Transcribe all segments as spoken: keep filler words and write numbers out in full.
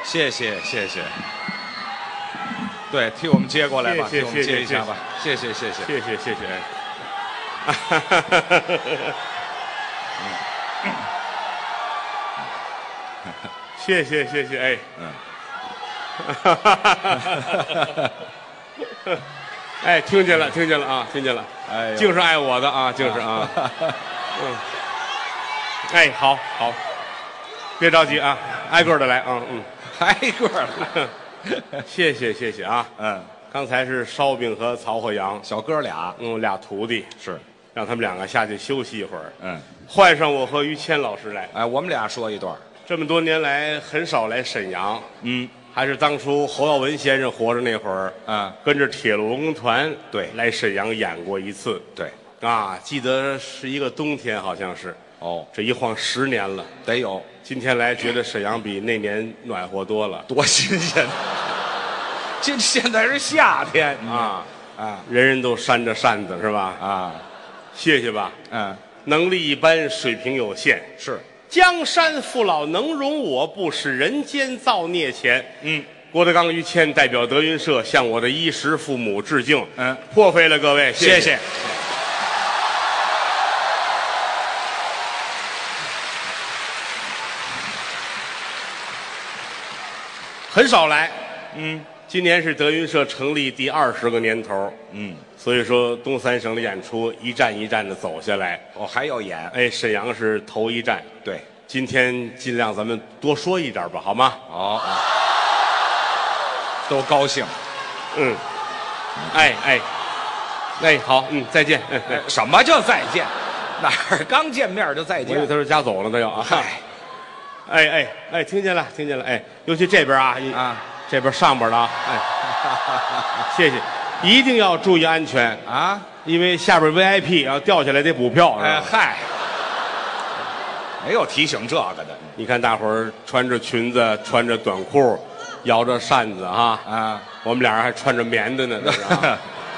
谢谢谢谢。对，替我们接过来吧， 谢谢替我们接一下吧，谢谢谢谢谢谢谢谢。谢谢谢谢哎，嗯，哎，听见了听见了啊，听见了， 哎， 净是爱我的啊，净是啊，嗯，哎，好好，别着急啊，挨个的来啊，嗯， 挨个的， 谢谢谢谢啊， 嗯， 刚才是烧饼和曹鹤阳小哥俩嗯俩徒弟， 是， 让他们两个下去休息一会儿， 嗯， 换上我和于谦老师来。 哎，我们俩说一段， 这么多年来很少来沈阳， 嗯， 还是当初侯耀文先生活着那会儿， 嗯， 跟着铁路文工团对来沈阳演过一次， 对， 啊，记得是一个冬天，好像是， 哦， 这一晃十年了。 得有今天来觉得沈阳比那年暖和多了多新鲜。这现在是夏天啊， 啊人人都扇着扇子是吧？ 啊， 谢谢吧， 嗯， 能力一般，水平有限， 是， 江山父老能容我，不使人间造孽钱。 嗯， 郭德纲、于谦代表德云社向我的衣食父母致敬。 嗯， 破费了各位，谢谢谢。 很少来， 嗯今年是德云社成立第二十个年头， 嗯， 所以说东三省的演出一站一站的走下来。 我还要演， 哎，沈阳是头一站， 对， 今天尽量咱们多说一点吧，好吗？ 哦，都高兴。 嗯，哎哎，哎好，嗯，再见。嗯哎，什么叫再见？哪儿刚见面就再见？ 我以为他说家走了，他要啊。 嗨， 哎哎哎，听见了，听见了，哎，尤其这边啊，一啊， 这边上边的啊，哎，谢谢，一定要注意安全， 啊， 因为下边 V I P 要掉下来得补票，是吧？ 哎嗨，没有提醒这个的你看大伙儿穿着裙子，穿着短裤，摇着扇子啊， 啊。 我们俩人还穿着棉的呢，这是啊。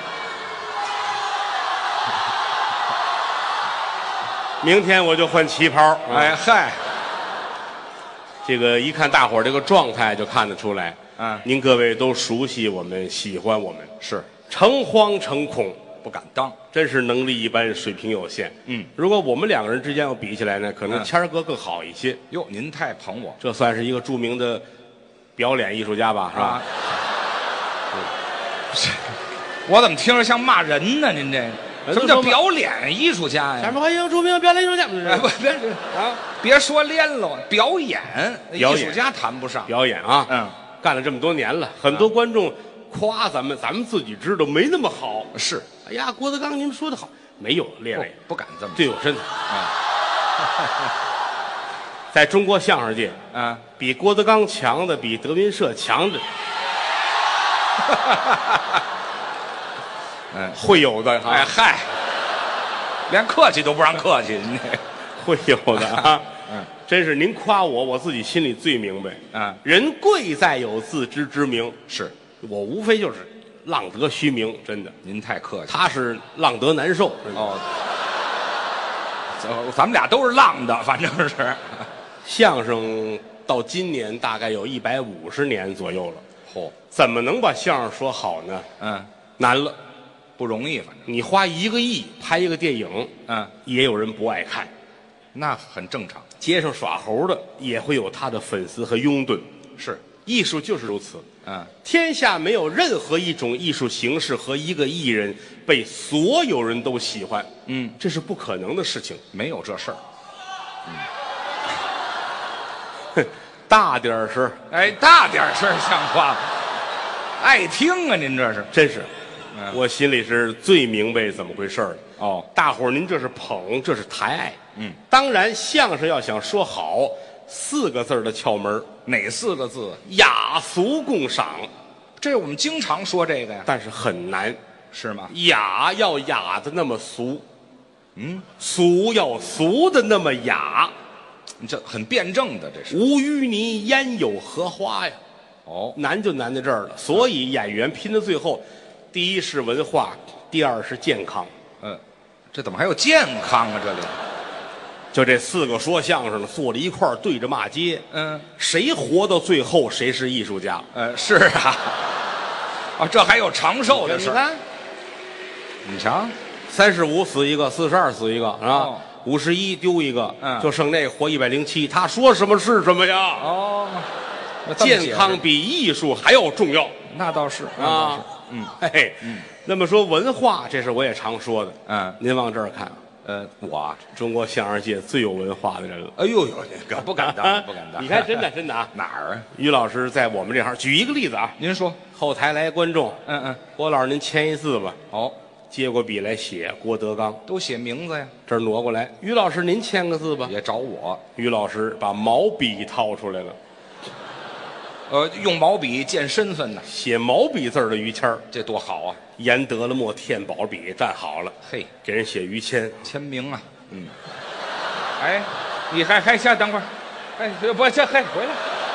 明天我就换旗袍，啊哎嗨， 这个一看大伙儿这个状态就看得出来， 嗯， 您各位都熟悉我们，喜欢我们， 是诚惶诚恐， 不敢当。 真是能力一般，水平有限。 嗯， 如果我们两个人之间要比起来呢，可能嗯谦儿哥更好一些。 哟，您太捧我这算是一个著名的表演艺术家吧，是吧？ 啊！是，我怎么听着像骂人呢？您这什么叫表演艺术家呀？ 下面欢迎著名表演艺术家。 哎，不，别别啊， 别说连了，表演表演艺术家谈不上。 表演啊， 嗯， 干了这么多年了，很多观众夸咱们，咱们自己知道没那么好。 是， 哎呀，郭德纲，你们说的好，没有列位， 不敢这么对我真的， 啊在中国相声界， 啊！ 比郭德纲强的，比德云社强的， 嗯， 会有的哈， 哎嗨，连客气都不让客气，您这会有的啊。 嗯， 真是您夸我，我自己心里最明白。 嗯， 人贵在有自知之明， 是我无非就是浪得虚名，真的。 您太客气他是浪得难受。真的哦。咱咱们俩都是浪的，反正是。 相声到今年大概有一百五十年左右了， 嚯， 怎么能把相声说好呢？ 嗯， 难了。 不容易，反正你花一个亿拍一个电影， 嗯， 也有人不爱看。 那很正常。 街上耍猴的也会有他的粉丝和拥趸。 是， 艺术就是如此。 嗯， 天下没有任何一种艺术形式和一个艺人被所有人都喜欢， 嗯， 这是不可能的事情。 没有这事儿。 哼，大点儿声， 哎，大点声儿像话吗？爱听啊，您这是。 真是， 嗯我心里是最明白怎么回事了。 哦， 大伙儿，您这是捧，这是抬爱。 嗯， 当然，相声要想说好，四个字儿的窍门儿哪四个字？ 雅俗共赏， 这我们经常说这个呀， 但是很难。 是吗？ 雅要雅的那么俗， 嗯， 俗要俗的那么雅。 你这很辩证的，这是。 无淤泥焉有荷花呀？ 哦， 难就难在这儿了。所以演员拼到最后，第一是文化，第二是健康。 嗯，这怎么还有健康啊？这里就这四个说相声的坐在一块儿对着骂街， 嗯， 谁活到最后谁是艺术家。 呃，是啊，啊，这还有长寿的事儿。 你看， 你瞧， 三十五死一个，四十二死一个，是吧？ 哦五十一丢一个， 嗯就剩那个活一百零七。他说什么是什么呀？ 哦，那这么解释健康比艺术还要重要那倒是啊！ 嗯， 嘿嘿， 嗯那么说文化，这是我也常说的。 嗯， 您往这儿看， 呃，我啊， 中国相声界最有文化的人了。 哎呦呦，可不敢当，不敢当。 你看，真的真的啊！ 哪儿啊？ 于老师在我们这行，举一个例子啊， 您说， 后台来观众， 嗯嗯， 郭老师您签一字吧。 哦， 接过笔来写郭德纲， 都写名字呀， 这儿挪过来，于老师您签个字吧。 也找我， 于老师把毛笔掏出来了， 呃，用毛笔见身份呢， 写毛笔字儿的于谦儿， 这多好啊！ 研得了墨，添宝笔，站好了， 嘿， 给人写于谦。 签名啊，嗯，哎，你还还先等会儿，哎，不，这还回来，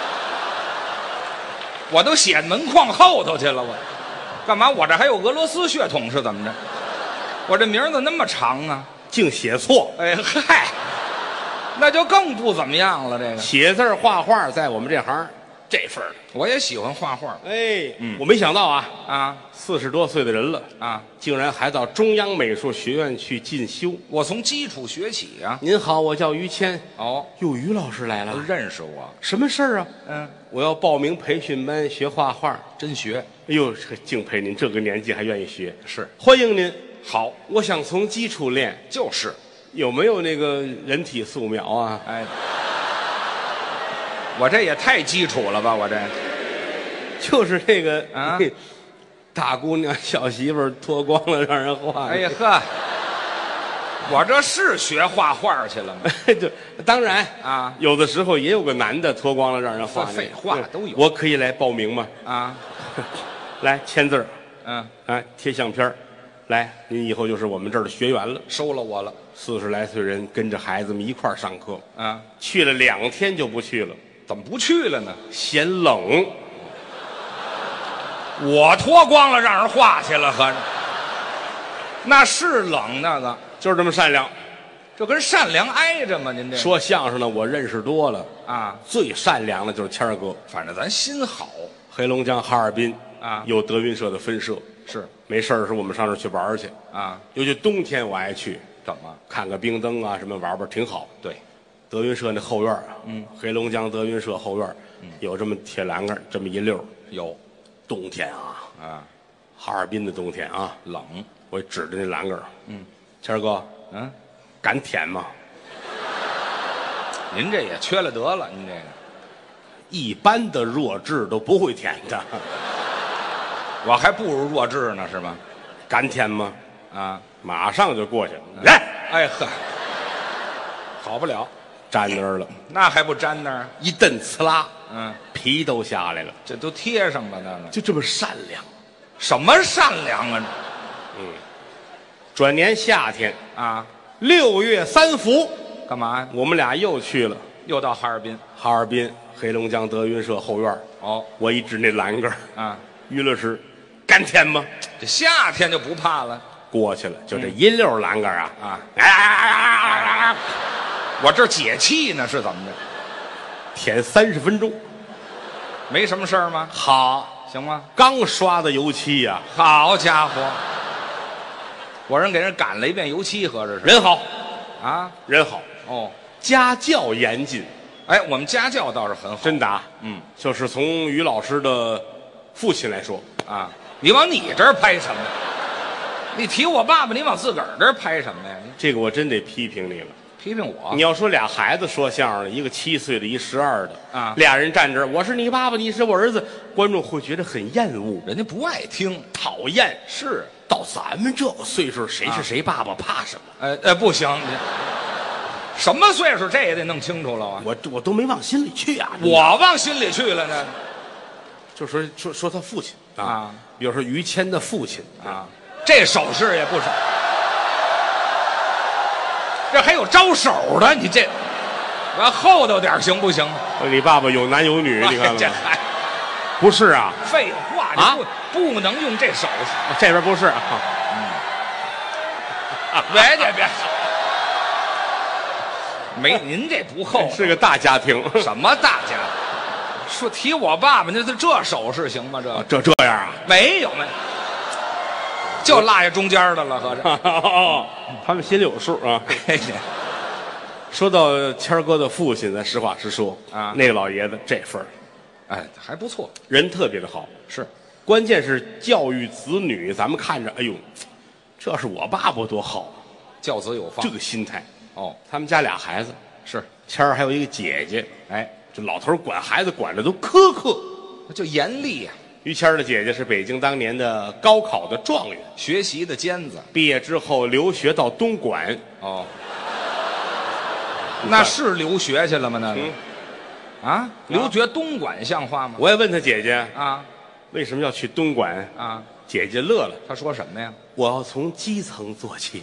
我都写门框后头去了，我干嘛？我这还有俄罗斯血统是怎么着？我这名字那么长啊！ 净写错， 哎嗨，那就更不怎么样了。这个写字儿画画在我们这行这份儿。 我也喜欢画画哎， 嗯我没想到啊， 啊四十多岁的人了， 啊！ 竟然还到中央美术学院去进修。 我从基础学起啊。 您好，我叫于谦。 哦， 哟，于老师来了， 认识我？ 什么事儿啊？ 嗯， 我要报名培训班学画画。 真学哎呦，这敬佩您这个年纪还愿意学， 是欢迎您。 好， 我想从基础练， 就是有没有那个人体素描啊？ 哎，我这也太基础了吧？我这就是那个啊大姑娘小媳妇儿脱光了让人画。 哎呀呵，我这是学画画去了吗？ 对，当然啊有的时候也有个男的脱光了让人画那个。 废话对都有我可以来报名吗？ 啊， 来签字儿， 嗯， 啊，贴相片儿来，您以后就是我们这儿的学员了。 收了我了四十来岁人跟着孩子们一块儿上课， 啊？ 去了两天就不去了， 怎么不去了呢？ 嫌冷。 我脱光了让人画去了，合着那是冷那个， 就是这么善良。 这跟善良挨着吗？您这说相声的我认识多了， 啊， 最善良的就是谦儿哥。 反正咱心好黑龙江哈尔滨啊有德云社的分社， 是没事儿的时候我们上这儿去玩儿去， 啊？ 尤其冬天我爱去怎么？ 看个冰灯啊什么玩玩，挺好。 对， 德云社那后院儿啊， 嗯， 黑龙江德云社后院儿有这么铁栏杆儿这么一溜儿。 有冬天啊， 啊， 哈尔滨的冬天啊， 冷， 我指着那栏杆儿， 嗯， 谦儿哥嗯， 敢舔吗？ 您这也缺了德了，您这个一般的弱智都不会舔的， 我还不如弱智呢，是吧？ 敢舔吗？ 啊， 马上就过去了，来， 哎呵，好不了， 站那儿了， 那还不粘那儿？ 一蹬呲啦， 嗯， 皮都下来了， 这都贴上了，那个就这么善良。 什么善良啊？ 转年夏天， 啊， 六月三伏， 干嘛呀？ 我们俩又去了又到哈尔滨？ 哈尔滨黑龙江德云社后院儿。 哦， 我一指那栏杆儿， 啊， 于老师敢舔吗？ 这夏天就不怕了过去了，就这一溜栏杆儿啊啊！ 哎哎哎哎哎哎哎， 我这解气呢，是怎么着？ 舔三十分钟， 没什么事儿吗？ 好， 行吗？ 刚刷的油漆呀、 好家伙，我人给人赶了一遍油漆，合着是人好， 啊？ 人好， 哦， 家教严谨， 哎，我们家教倒是很好， 真的啊。 嗯就是从于老师的父亲来说， 啊。你往你这儿拍什么？你提我爸爸，你往自个儿这儿拍什么呀？你这个我真得批评你了。 批评我你要说俩孩子说相声的，一个七岁的，一十二的啊俩人站这儿，我是你爸爸，你是我儿子，观众会觉得很厌恶、 人家不爱听。 讨厌。 是， 到咱们这个岁数，谁是谁爸爸，怕什么？ 呃呃，不行，你什么岁数这也得弄清楚了啊！ 我我都没往心里去啊。 我往心里去了呢就说说说他父亲啊， 啊比如说于谦的父亲， 啊，这手势也不少，这还有招手的，你这往后头点行不行？ 你爸爸有男有女，你看这了吗？ 还不是啊， 废话， 啊你不不能用这手势。 这边不是啊。 别别别， 没您这不厚， 是个大家庭。 什么大家？说提我爸爸，那这这手势行吗？这啊这这样啊？ 没有没有，就落下中间的了，合着。 哦，他们心里有数啊。 嘿说到谦儿哥的父亲，咱实话实说啊， 那个老爷子这份儿， 哎，还不错， 人特别的好。 是， 关键是教育子女，咱们看着，哎呦，这要是我爸爸多好， 教子有方。 这个心态。 哦， 他们家俩孩子， 是谦儿还有一个姐姐， 哎， 这老头儿管孩子管的都苛刻。 就严厉呀、 于谦儿的姐姐是北京当年的高考的状元， 学习的尖子。 毕业之后留学到东莞。 哦，那是留学去了吗？那个、 嗯啊，留学东莞像话吗？ 我也问他姐姐啊为什么要去东莞， 啊， 姐姐乐了， 他说什么呀？ 我要从基层做起。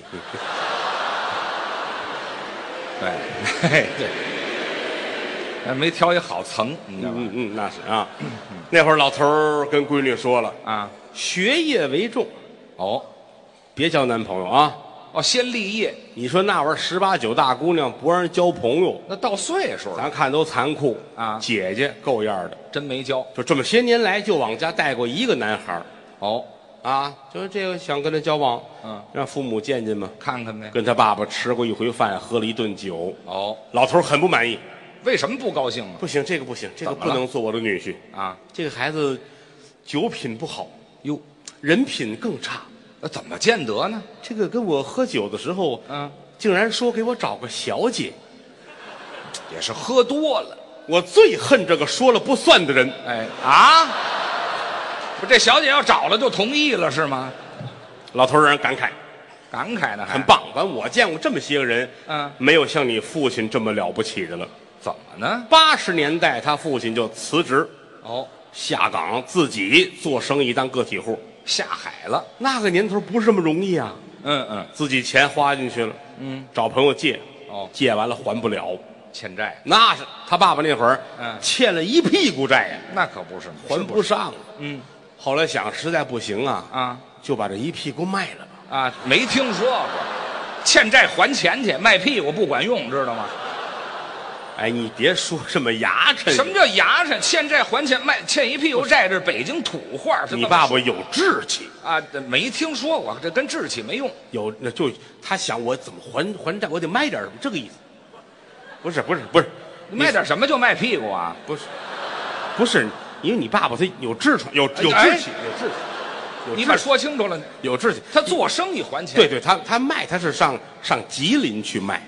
对，嘿对，哎没挑一好层，你知道吧？ 嗯嗯，那是啊。那会儿老头儿跟闺女说了， 啊， 学业为重， 哦别交男朋友啊。 哦，先立业， 你说那玩意儿十八九大姑娘不让人交朋友， 那到岁数了， 咱看都残酷啊姐姐够样的， 真没交。 就这么些年来就往家带过一个男孩儿哦， 啊，就是这个想跟他交往， 嗯， 让父母见见嘛。 看看呗。 跟他爸爸吃过一回饭，喝了一顿酒， 哦， 老头儿很不满意， 为什么不高兴啊？ 不行，这个不行，这个怎么了不能做我的女婿。 啊， 这个孩子酒品不好， 哟， 人品更差。 那怎么见得呢？ 这个跟我喝酒的时候， 嗯， 竟然说给我找个小姐， 也是喝多了。 我最恨这个说了不算的人。 哎啊，不，这小姐要找了就同意了是吗？ 老头儿让人感慨， 感慨呢还， 很棒。反正我见过这么些个人， 嗯， 没有像你父亲这么了不起的了。 怎么呢？ 八十年代，他父亲就辞职哦， 下岗，自己做生意当个体户。 下海了。 那个年头不是这么容易啊， 嗯嗯自己钱花进去了， 嗯， 找朋友借， 哦， 借完了还不了， 欠债， 那是他爸爸那会儿， 嗯欠了一屁股债呀， 那可不是还不上。 嗯后来想实在不行啊， 啊就把这一屁股卖了吧。 啊，没听说过，欠债还钱去，卖屁股不管用，知道吗？ 哎，你别说这么牙碜。 什么叫牙碜？欠债还钱，卖欠一屁股债，这是北京土话。是这么你爸爸有志气， 啊，这没听说过，这跟志气没用。 有那就他想我怎么还还债，我得卖点什么，这个意思。不是不是不是， 卖点什么就卖屁股啊？ 不是不是，因为你爸爸他有志创，有有志气， 哎有志气，有你把志气说清楚了， 有志气。 他做生意还钱。 对对，他他卖他是上上吉林去卖，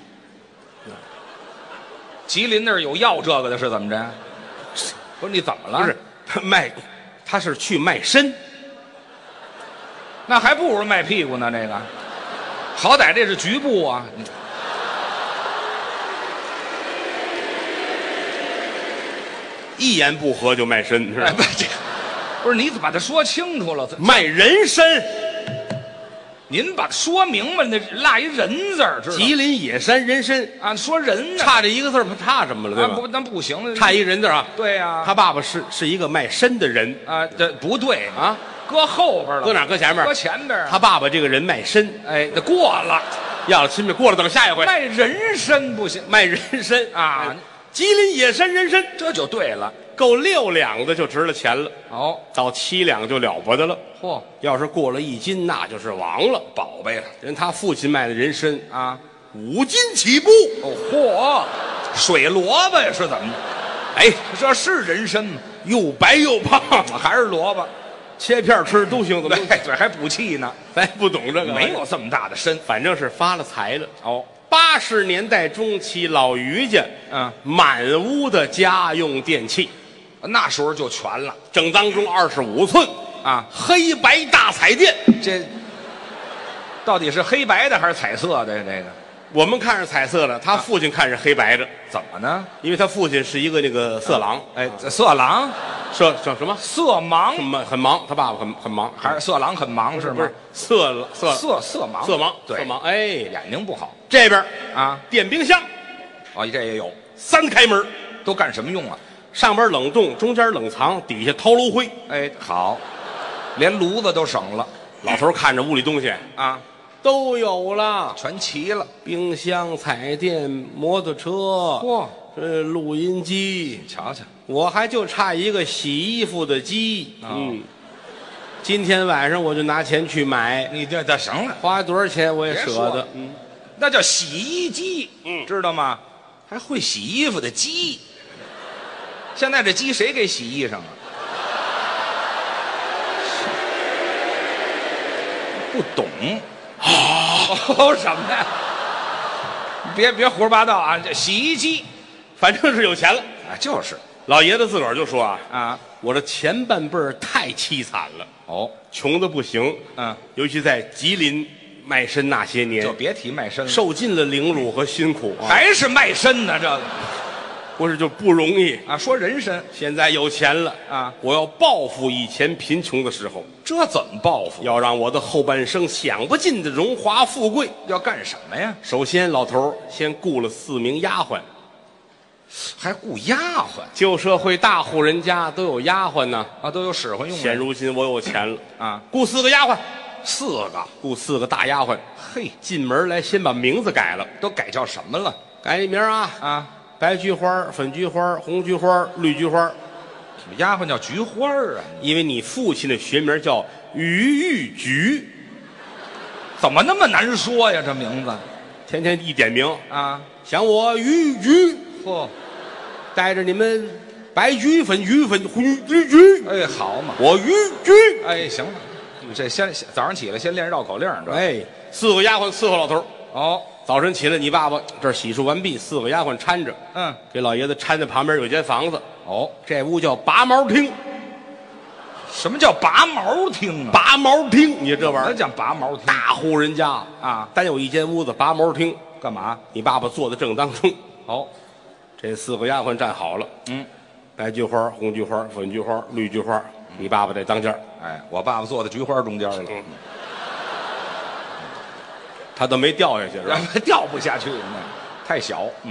吉林那儿有要这个的，是怎么着？不是你怎么了？ 不是他卖，他是去卖身。 那还不如卖屁股呢。这个，好歹这是局部啊。 一言不合就卖身，是吧哎，？不，这不是你把它说清楚了。 卖人参， 您把它说明白了，那落一人字儿，知道吗？ 吉林野山人参， 啊，说人呢， 差这一个字儿，不差什么了，对吧？ 啊不，那不行， 差一个人字儿啊。 对呀， 他爸爸是是一个卖参的人啊，这不对啊， 搁后边了， 搁哪儿？搁前面？ 搁前边啊。 他爸爸这个人卖参， 哎，这过了， 要了亲命，过了等下一回卖人参不行卖人参啊哎，吉林野山人参这就对了。 够六两的就值了钱了， 哦， 到七两就了不得了。 嚯， 要是过了一斤，那就是王了。 宝贝了人他父亲卖的人参啊！ 五斤起步， 哦，嚯，水萝卜呀，是怎么着？ 哎， 这是人参吗？ 又白又胖， 还是萝卜？ 切片吃都行，怎么对，这还补气呢。 咱不懂这个， 没有这么大的参反正是发了财了。 哦。 八十年代中期，老于家嗯， 满屋的家用电器， 那时候就全了正当中二十五寸啊！ 黑白大彩电， 这到底是黑白的还是彩色的呀？这个我们看是彩色的，他父亲看是黑白的， 怎么呢？ 因为他父亲是一个那个色狼， 哎，这色狼、 色叫什么？ 色很盲忙很忙，他爸爸很很忙， 还是色狼很忙是吗？ 不是色色色色盲色盲对色盲，哎， 眼睛不好这边啊。 电冰箱哦，这也有， 三开门， 都干什么用啊？ 上边冷冻，中间冷藏，底下掏炉灰。 哎，好，连炉子都省了老头看着屋里东西， 啊！ 都有了， 全齐了。 冰箱、彩电、摩托车， 嚯， 呃，录音机， 瞧瞧， 我还就差一个洗衣服的机。 哦、 嗯，今天晚上我就拿钱去买。 你这这行了， 花多少钱我也舍得。 别说了嗯， 那叫洗衣机， 嗯知道吗？还会洗衣服的机。现在这鸡谁给洗衣裳啊？不懂。哦，什么呀？别别胡说八道啊！这洗衣机， 反正是有钱了。 啊，就是老爷子自个儿就说啊， 啊。 我这前半辈儿太凄惨了， 哦， 穷的不行。 嗯， 尤其在吉林卖身那些年， 就别提卖身了， 受尽了凌辱和辛苦啊， 还是卖身呢？这个不是就不容易。 啊，说人参现在有钱了啊， 我要报复以前贫穷的时候， 这怎么报复？ 要让我的后半生享不尽的荣华富贵。 要干什么呀？ 首先，老头儿先雇了四名丫鬟， 还雇丫鬟旧社会大户人家都有丫鬟呢。 啊？都有使唤用的。 现如今我有钱了啊， 雇四个丫鬟， 四个， 雇四个大丫鬟。 嘿， 进门来先把名字改了， 都改叫什么了？ 改一名啊啊， 白菊花、粉菊花、红菊花、绿菊花。 丫鬟叫菊花啊？ 因为你父亲的学名叫于玉菊， 怎么那么难说呀？这名字天天一点名， 啊， 想我于玉菊， 嚯， 带着你们白菊、粉菊、粉红菊菊， 哎，好嘛， 我于菊。 哎，行了，这先早上起来先练绕口令，这哎，四个丫鬟伺候老头儿。 哦， 早晨起来，你爸爸这儿洗漱完毕，四个丫鬟搀着， 嗯， 给老爷子搀在旁边有间房子， 哦， 这屋叫拔毛厅。 什么叫拔毛厅啊？ 拔毛厅，你这玩意儿， 那叫拔毛厅大户人家啊， 单有一间屋子拔毛厅。 干嘛？ 你爸爸坐在正当中， 哦， 这四个丫鬟站好了， 嗯， 白菊花、红菊花、粉菊花、绿菊花，你爸爸在当间儿， 哎，我爸爸坐在菊花中间了， 嗯他都没掉下去是吧让？他掉不下去，那太小。嗯，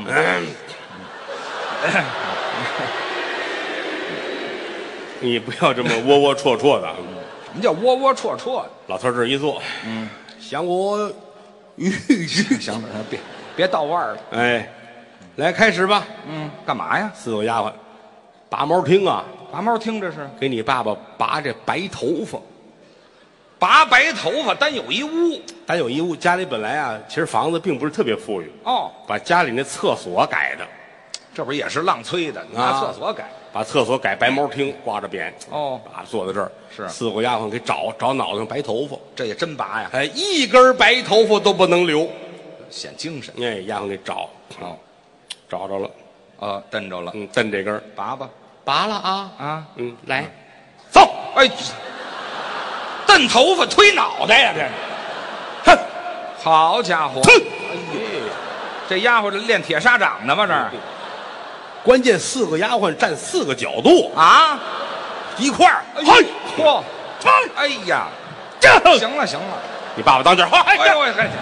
你不要这么窝窝戳戳的。 什么叫窝窝戳戳？ 老头儿这儿一坐， 嗯， 想我玉菊， 行了，别别倒腕儿了。 哎，来开始吧。 嗯，干嘛呀？ 四个丫鬟，拔毛厅啊， 拔毛厅这是给你爸爸拔这白头发。 拔白头发，单有一屋。 咱有一屋，家里本来啊，其实房子并不是特别富裕， 哦， 把家里那厕所改的， 这不是也是浪催的？拿厕所改。 把厕所改白毛厅，挂着匾。 哦， 啊，坐在这儿是四个丫鬟给找找脑袋上白头发， 这也真拔呀， 哎，一根白头发都不能留。 显精神。 哎，丫鬟给找， 哦， 找着了， 呃，蹬着了， 嗯，蹬这根儿拔吧。 拔了啊， 啊， 嗯，来， 走。哎，蹬头发推脑袋呀，这是。 哼， 好家伙！ 哼， 哎呦，这丫鬟这练铁砂掌呢吗？这儿关键四个丫鬟站四个角度， 啊， 一块儿， 哎嘿， 嚯！ 噌， 哎呀， 这， 行了行了， 你爸爸当间儿，哎哎呦喂，哎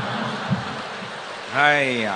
哎呀，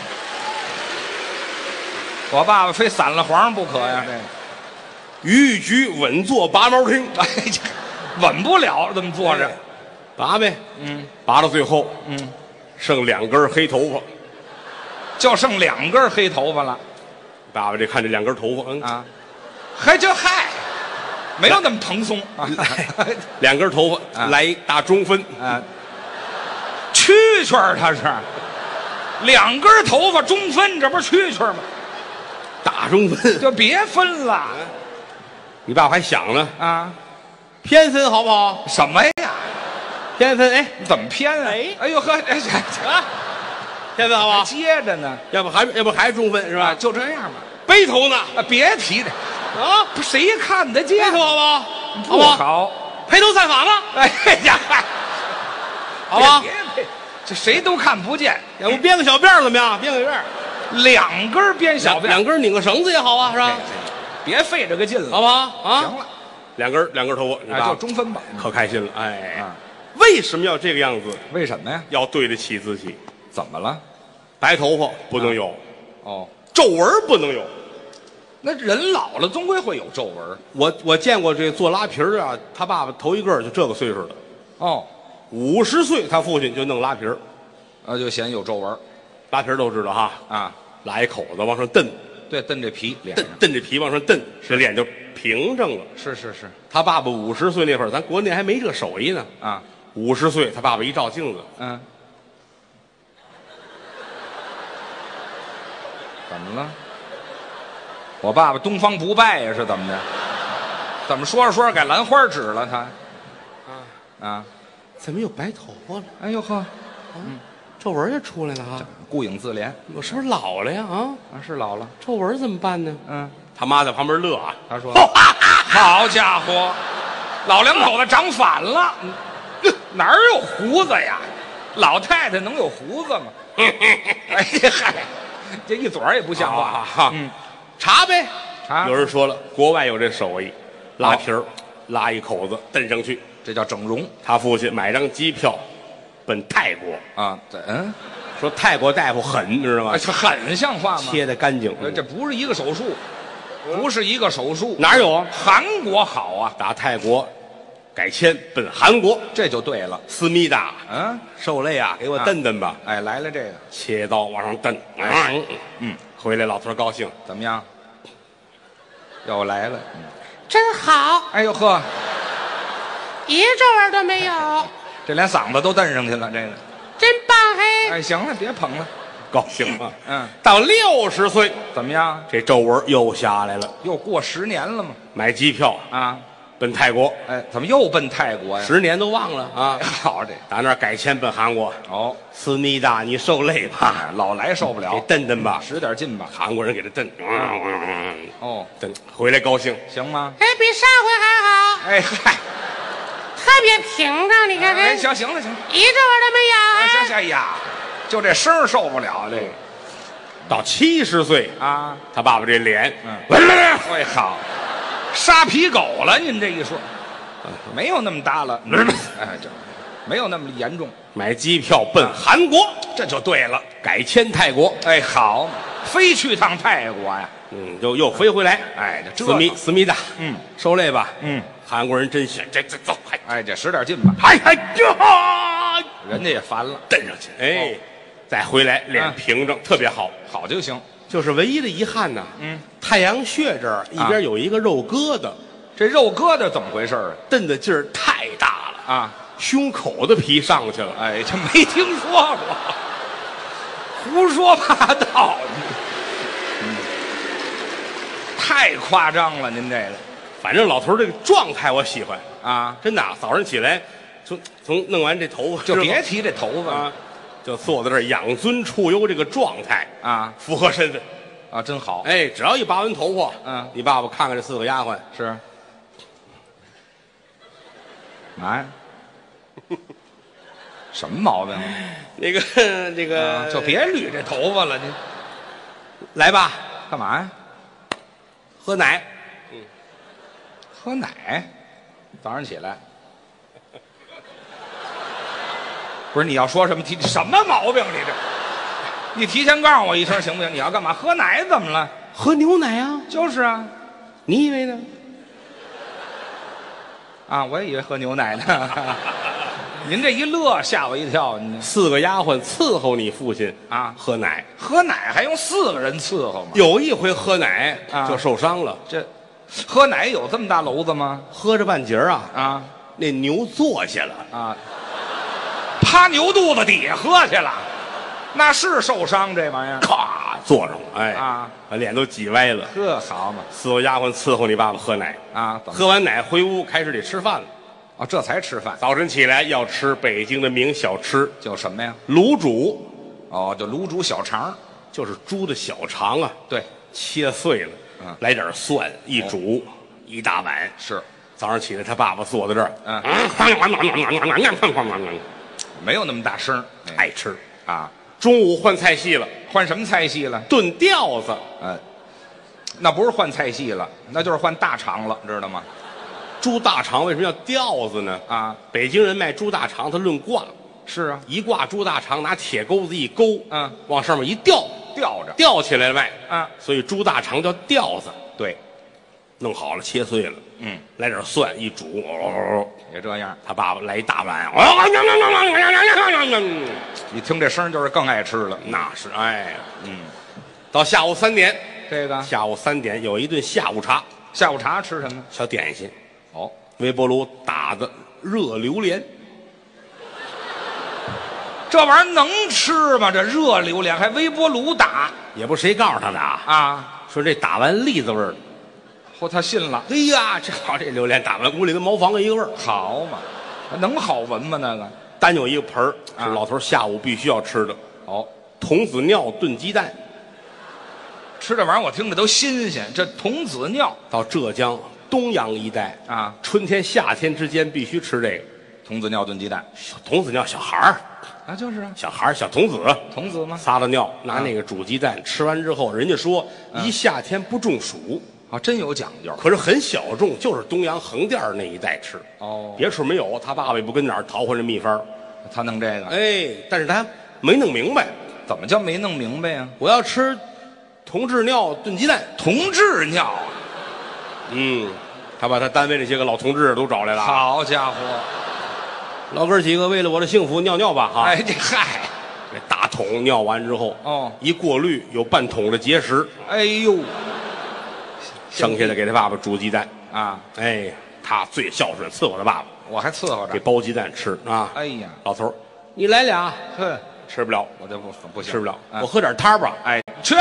我爸爸非散了黄不可呀！这于局稳坐拔毛厅， 哎呀，稳不了，这么坐着。 拔呗， 嗯拔到最后嗯， 剩两根黑头发， 就剩两根黑头发了爸爸这看这两根头发，嗯， 啊，还就嗨，没有那么蓬松啊两根头发啊来一大中分， 啊，蛐蛐儿他是两根头发中分，这不是蛐蛐儿吗？ 大中分， 就别分了你爸爸还想呢， 啊！ 偏分好不好？ 什么呀？ 偏分，哎， 怎么偏啊？ 哎哎呦呵，哎啊，偏分好不还好？ 接着呢， 要不还要不还是中分是是吧？ 吧？ 就这样吧。 背头呢？ 啊，别提这， 啊， 不谁看得背见？ 头好不好？ 不好？ 好。 陪头散发了， 哎呀，嗨好吧？ 别别，这谁都看不见。 要不编个小辫儿怎么样？编个辫儿， 两根编小辫， 两两根拧个绳子也好啊，是吧？ 别费这个劲了。 好不好？啊， 行了， 两根两根头发，你哎， 爸就中分吧。 可开心了，哎啊， 为什么要这个样子？ 为什么呀？ 要对得起自己， 怎么了？ 白头发不能有， 哦， 皱纹不能有。 那人老了终归会有皱纹。 我我见过这做拉皮儿啊，他爸爸头一个就这个岁数的， 哦， 五十岁他父亲就弄拉皮儿， 啊，就嫌有皱纹拉皮儿都知道哈， 啊。 拉一口子往上蹬， 对，蹬这皮脸蹬上。 蹬这皮往上蹬，这脸就平正了。 是是是他爸爸五十岁那会儿，咱国内还没这手艺呢。 啊， 五十岁，他爸爸一照镜子， 嗯，怎么了？我爸爸东方不败呀，是怎么着？怎么说着说着改兰花指了他？啊啊！ 怎么有白头发了？ 哎呦呵， 皱纹也出来了哈！ 顾影自怜我是不是老了呀？啊， 啊，是老了。 皱纹怎么办呢？ 嗯， 他妈在旁边乐啊， 他说：“好家伙，老两口子长反了，哪儿有胡子呀？老太太能有胡子吗？”哎呀嗨，这一嘴儿也不像话。 哈， 嗯， 查呗。 查有人说了，国外有这手艺，拉皮儿，拉一口子蹬上去。 这叫整容他父亲买张机票，奔泰国， 啊。这嗯， 说泰国大夫狠，知道吗？ 这很像话吗？ 切得干净。 呃这不是一个手术，不是一个手术。 哪有啊？ 韩国好啊， 打泰国改签奔韩国， 这就对了。 思密达嗯， 受累啊，给我蹬蹬吧。 哎，来了这个， 切刀往上蹬， 哎嗯嗯，回来老头儿高兴， 怎么样？又来了。嗯真好， 哎呦呵， 一皱纹都没有， 这连嗓子都蹬上去了，这个。 真棒嘿！ 哎，行了，别捧了。 高兴啊。 嗯， 到六十岁， 怎么样？ 这皱纹又下来了， 又过十年了吗？ 买机票啊， 奔泰国， 哎，怎么又奔泰国呀？ 十年都忘了啊。 好这打那儿改签奔韩国， 哦， 思密达，你受累吧， 哎老来受不给了， 蹬蹬吧。 使点劲吧。 韩国人给他蹬， 哦， 蹬回来高兴。 行吗？ 哎，比上回还好， 哎嗨， 特别平整，你看哎， 看， 行行了行了， 一皱纹都没有哎行啊！ 行哎呀，就这声儿受不了这个到七十岁， 啊。 他爸爸这脸， 嗯来来来， 哎好，杀皮狗了，您这一说，没有那么大了。哎，这没有那么严重， 买机票奔韩国， 这就对了。 改签泰国， 哎，好，非去趟泰国呀。 嗯，又又飞回来。 哎，这思密这， 思密达， 嗯受累吧。 嗯， 韩国人真行，这这走，还哎，这使点劲吧， 还还呀， 人家也烦了， 蹬上去，哎，再回来脸嗯平整，特别好。 好就行。 就是唯一的遗憾呢， 嗯， 太阳穴这儿一边有一个肉疙瘩， 这肉疙瘩怎么回事儿蹬的劲儿太大了， 啊？ 胸口的皮上去了。 哎，这没听说过，胡说八道，嗯，太夸张了，您这个反正老头儿这个状态我喜欢， 啊， 真的啊，早上起来从从弄完这头发之后就别提这头发了啊，就坐在这儿养尊处优这个状态， 啊符合身份。 啊，真好， 哎，只要一拔完头发， 嗯你爸爸看看这四个丫鬟， 是，嘛呀？什么毛病啊？ 那个这个、 啊就别捋这头发了，你来吧， 干嘛呀？ 喝奶。 喝奶，早上起来，不是你要说什么提什么毛病？你这，你提前告诉我一声行不行？你要干嘛？喝奶怎么了？ 喝牛奶啊？ 就是啊， 你以为呢？ 啊，我也以为喝牛奶呢。您这一乐吓我一跳，您四个丫鬟伺候你父亲啊喝奶， 喝奶还用四个人伺候吗？ 有一回喝奶啊就受伤了， 这喝奶有这么大篓子吗？ 喝着半截儿啊， 啊那牛坐下了， 啊，趴牛肚子底下喝去了，那是受伤这玩意儿？ 咔坐上了，哎啊， 把脸都挤歪了。 这好嘛四个丫鬟伺候你爸爸喝奶， 啊？怎么喝完奶回屋开始得吃饭了。 哦，这才吃饭， 早晨起来要吃北京的名小吃叫什么呀？ 卤煮， 哦，就卤煮小肠。 就是猪的小肠啊， 对， 切碎了， 嗯来点蒜一煮，一大碗。 是早上起来，他爸爸坐在这儿， 嗯嗯， 没有那么大声儿，哎爱吃。 啊。 中午换菜系了， 换什么菜系了？ 炖吊子， 嗯，那不是换菜系了，那就是换大肠了，知道吗？ 猪大肠为什么叫吊子呢？ 啊， 北京人卖猪大肠，他论挂， 是啊， 一挂猪大肠，拿铁钩子一勾， 嗯， 往上面一吊， 吊着。 吊起来了卖， 啊， 所以猪大肠叫吊子。 对， 弄好了切碎了， 嗯， 来点蒜一煮，哦， 也这样。 他爸爸来一大碗， 一听这声就是更爱吃了。 那是哎， 嗯， 到下午三点， 这个下午三点有一顿下午茶， 下午茶吃什么？ 小点心， 哦， 微波炉打的热榴莲， 这玩意儿能吃吗？这热榴莲还微波炉打也不谁告诉他的啊， 啊？ 说这打完栗子味儿的。 嚯，他信了。 哎呀，这好，这榴莲打完屋里跟茅房一个味儿， 好嘛，能好闻吗？那个单有一个盆儿， 啊是老头下午必须要吃的哦， 童子尿炖鸡蛋。 吃这玩意儿我听着都新鲜。这童子尿到浙江东阳一带啊， 春天夏天之间必须吃这个童子尿炖鸡蛋小童子尿，小孩儿， 啊，就是啊， 小孩儿小童子童子吗？ 撒了尿，拿那个煮鸡蛋，吃完之后，人家说一夏天不中暑， 啊，真有讲究。 可是很小众，就是东阳横店儿那一带吃， 哦， 别处没有。他爸爸也不跟哪儿淘换这秘方， 他弄这个， 哎，但是他没弄明白， 怎么叫没弄明白呀？ 我要吃同志尿炖鸡蛋。 同志尿啊， 嗯，他把他单位那些个老同志都找来了。 好家伙！ 老哥几个为了我的幸福尿尿吧哈！ 哎，这嗨， 这大桶尿完之后， 哦， 一过滤有半桶的结石， 哎呦剩下的给他爸爸煮鸡蛋。 啊， 哎，他最孝顺，伺候他爸爸， 我还伺候着。 给包鸡蛋吃啊。 哎呀， 老头儿，你来俩， 呵， 吃不了， 我这不不行， 吃不了， 啊我喝点汤吧。 哎，去，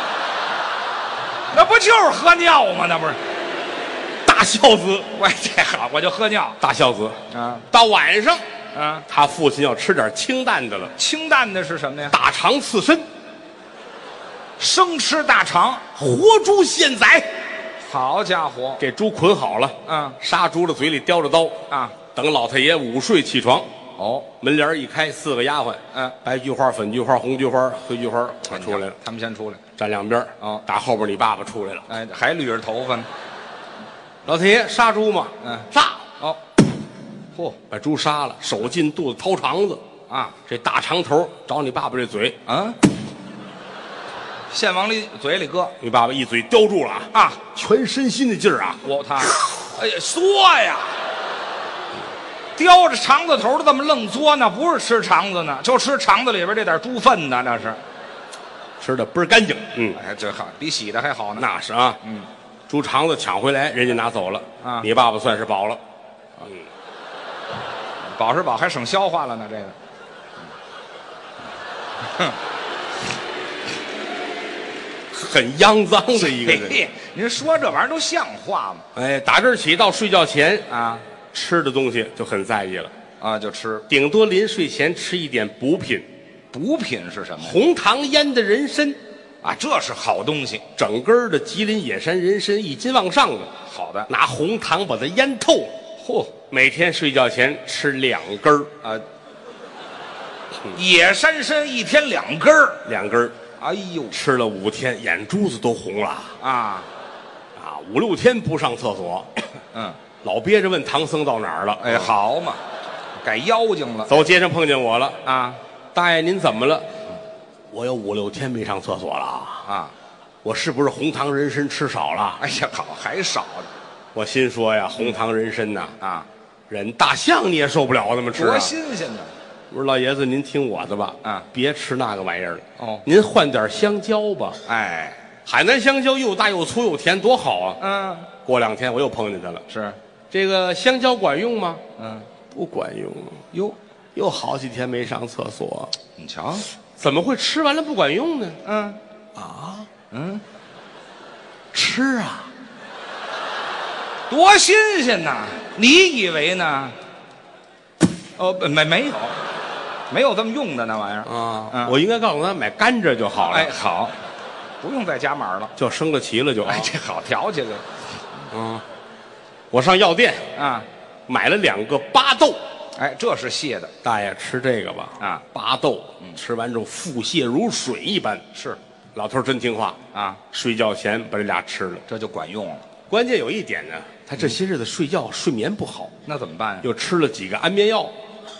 那不就是喝尿吗？那不是， 大孝子， 喂，这好，我就喝尿大孝子。 啊到晚上， 啊。 他父亲要吃点清淡的了， 清淡的是什么呀？ 大肠刺身， 生吃大肠。 活猪现宰。 好家伙， 这猪捆好了， 嗯杀猪的嘴里叼着刀啊， 等老太爷午睡起床， 哦， 门帘一开，四个丫鬟， 嗯， 白菊花、粉菊花、红菊花、黑菊花，快出来了， 他们先出来。 站两边。 哦打后边你爸爸出来了， 哎，还捋着头发呢。 老太爷杀猪嘛， 嗯杀， 哦，嚯把猪杀了，手进肚子掏肠子， 啊这大肠头找你爸爸这嘴， 啊，先往里嘴里搁你爸爸一嘴叼住了啊， 啊， 全身心的劲儿啊， 我他，哎呀，缩呀，叼着肠子头的这么愣嘬呢，不是吃肠子呢，就吃肠子里边这点猪粪呢，那是。 吃的倍儿干净。嗯， 哎，这好，比洗的还好呢。 那是啊， 嗯， 猪肠子抢回来，人家拿走了啊你爸爸算是饱了。 饱是饱，还省消化了呢，这个。哼， 很肮脏的一个人。 嘿，您说这玩意儿都像话吗？ 哎，打这儿起到睡觉前啊吃的东西就很在意了， 啊，就吃顶多临睡前吃一点补品， 补品是什么呀？ 红糖腌的人参， 啊，这是好东西， 整根儿的吉林野山人参一斤往上的， 好的。 拿红糖把它腌透了， 嚯每天睡觉前吃两根儿， 啊，野山参一天两根儿。 两根儿， 哎呦吃了五天，眼珠子都红了啊， 啊！五六天不上厕所， 嗯， 老憋着问唐僧到哪儿了。 哎，好嘛，改妖精了走街上碰见我了， 啊大爷您怎么了？我有五六天没上厕所了， 啊！ 我是不是红糖人参吃少了？ 哎呀，好还少呢我心说呀，红糖人参呐， 啊， 人大象你也受不了那么吃多啊！ 新鲜呢！ 我说老爷子，您听我的吧， 啊别吃那个玩意儿了。 哦您换点香蕉吧， 哎， 海南香蕉又大又粗又甜，多好啊！ 嗯， 过两天我又碰见他了， 是， 这个香蕉管用吗？ 嗯， 不管用， 哟， 又好几天没上厕所， 你瞧， 怎么会吃完了不管用呢？ 嗯啊， 嗯， 吃啊！ 多新鲜呐！你以为呢？哦，不没没有，没有这么用的那玩意儿啊， 嗯我应该告诉他买甘蔗就好了， 哎，好，不用再加码了。 就升了旗了就。 哎，这好调起来嗯，我上药店啊！ 买了两个巴豆， 哎，这是泻的大爷吃这个吧。 啊， 巴豆，吃完之后腹泻如水一般。 是老头儿真听话， 啊， 睡觉前把这俩吃了。 这就管用了。 关键有一点呢，他这些日子睡觉睡眠不好， 那怎么办呀？ 又吃了几个安眠药。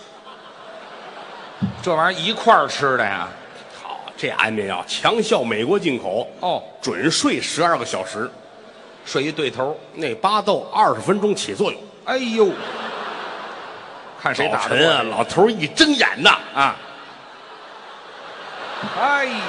这玩意儿一块儿吃的呀？ 好，这安眠药强效美国进口， 哦， 准睡十二个小时。 睡一对头。 那八斗二十分钟起作用。 哎呦，看谁打早晨啊，老头一睁眼呐啊！哎呀，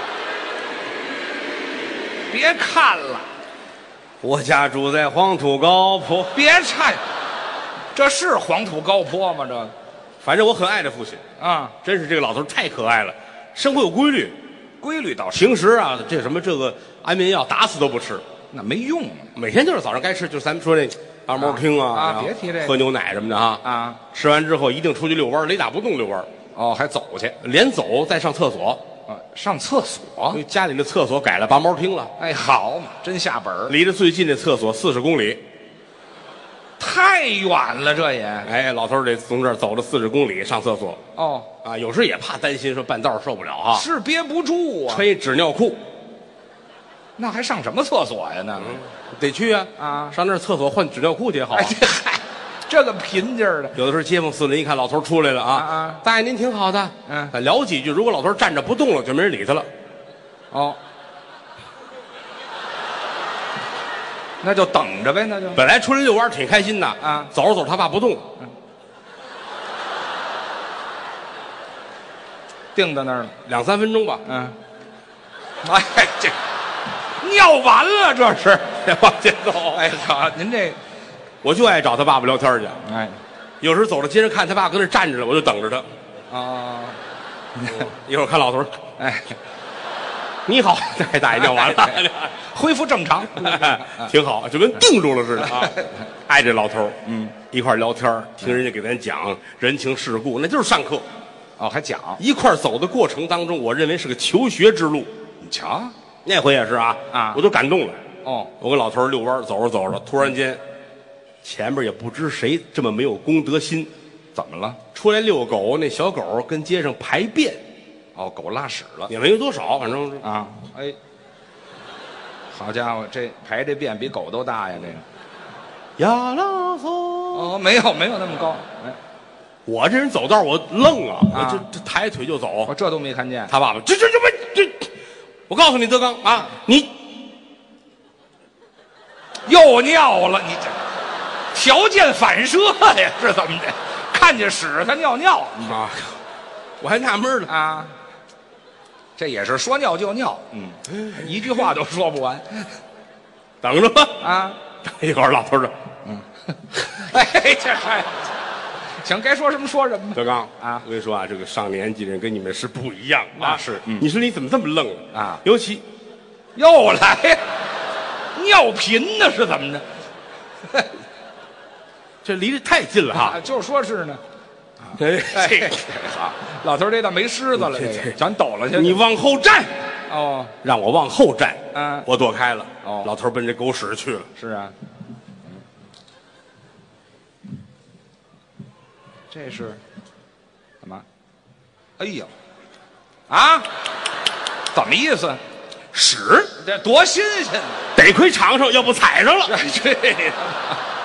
别看了， 我家住在黄土高坡。 别看，这是黄土高坡吗？这个反正我很爱这父亲， 啊， 真是这个老头太可爱了，生活有规律。 规律倒是， 平时啊，这什么这个安眠药打死都不吃， 那没用啊。 每天就是早上该吃，就是咱们说那按摩厅啊， 啊然后别提这个喝牛奶什么的哈啊。 吃完之后一定出去遛弯，雷打不动遛弯， 哦，还走去连走再上厕所。 啊？上厕所因？为家里的厕所改了拔毛厅了， 哎，好嘛，真下本儿， 离着最近的厕所四十公里。 太远了，这也哎，老头儿得从这儿走了四十公里上厕所哦， 啊，有时候也怕担心说半道儿受不了哈， 是憋不住啊。 穿一纸尿裤那还上什么厕所呀？那得去啊啊上那儿厕所换纸尿裤去也好啊。 哎，这嗨，这个贫劲儿的， 有的时候街坊四邻一看老头儿出来了啊， 啊啊大爷您挺好的， 嗯咱聊几句。如果老头儿站着不动了，就没人理他了。 哦，那就等着呗，那就本来出来遛弯儿挺开心的啊走着走着他爸不动了， 定在那儿了。 两三分钟吧， 嗯，哎，这尿完了，这是。 往前走。 哎，好，您这， 我就爱找他爸爸聊天去。 哎， 有时候走到街上看他爸搁那站着了，我就等着他。 啊， 一会儿看老头儿， 哎， 你好，这大爷尿完了， 恢复正常。 挺好，就跟定住了似的啊。爱这老头儿，嗯，一块儿聊天儿听人家给咱讲人情世故，那就是上课。 哦，还讲， 一块儿走的过程当中，我认为是个求学之路。 你瞧， 那回也是啊， 啊我都感动了。 哦， 我跟老头儿遛弯儿走着走着，突然间，前边也不知谁这么没有公德心， 怎么了？ 出来遛狗，那小狗跟街上排便， 哦，狗拉屎了也没有多少，反正是啊！哎，好家伙，这排这便比狗都大呀！这个呀啦嗦。 哦，没有没有那么高。哎， 我这人走道我愣啊，我啊这这抬腿就走我。这都没看见。 他爸爸这这这不这，我告诉你德刚啊，你又尿了，你这条件反射呀，是怎么的？看见屎他尿尿啊，我还纳闷呢。 啊？这也是说尿就尿，嗯，一句话都说不完等着吧啊！ 一会儿老头儿说哎，这还行，该说什么说什么吧。 德刚啊我跟你说啊，这个上年纪人跟你们是不一样那是嗯你说你怎么这么愣啊尤其又来呀，尿频呢是怎么着？ 这离得太近了哈啊，。就说是呢。 哎哎这个， 好，老头儿这倒没虱子了，这个咱抖了去。 你往后站， 哦， 让我往后站， 嗯我躲开了。 哦老头儿奔这狗屎去了。 是啊，这是干嘛？哎呦，啊，怎么意思？ 屎， 这多新鲜啊！ 得亏尝上，要不踩上了。 这这他妈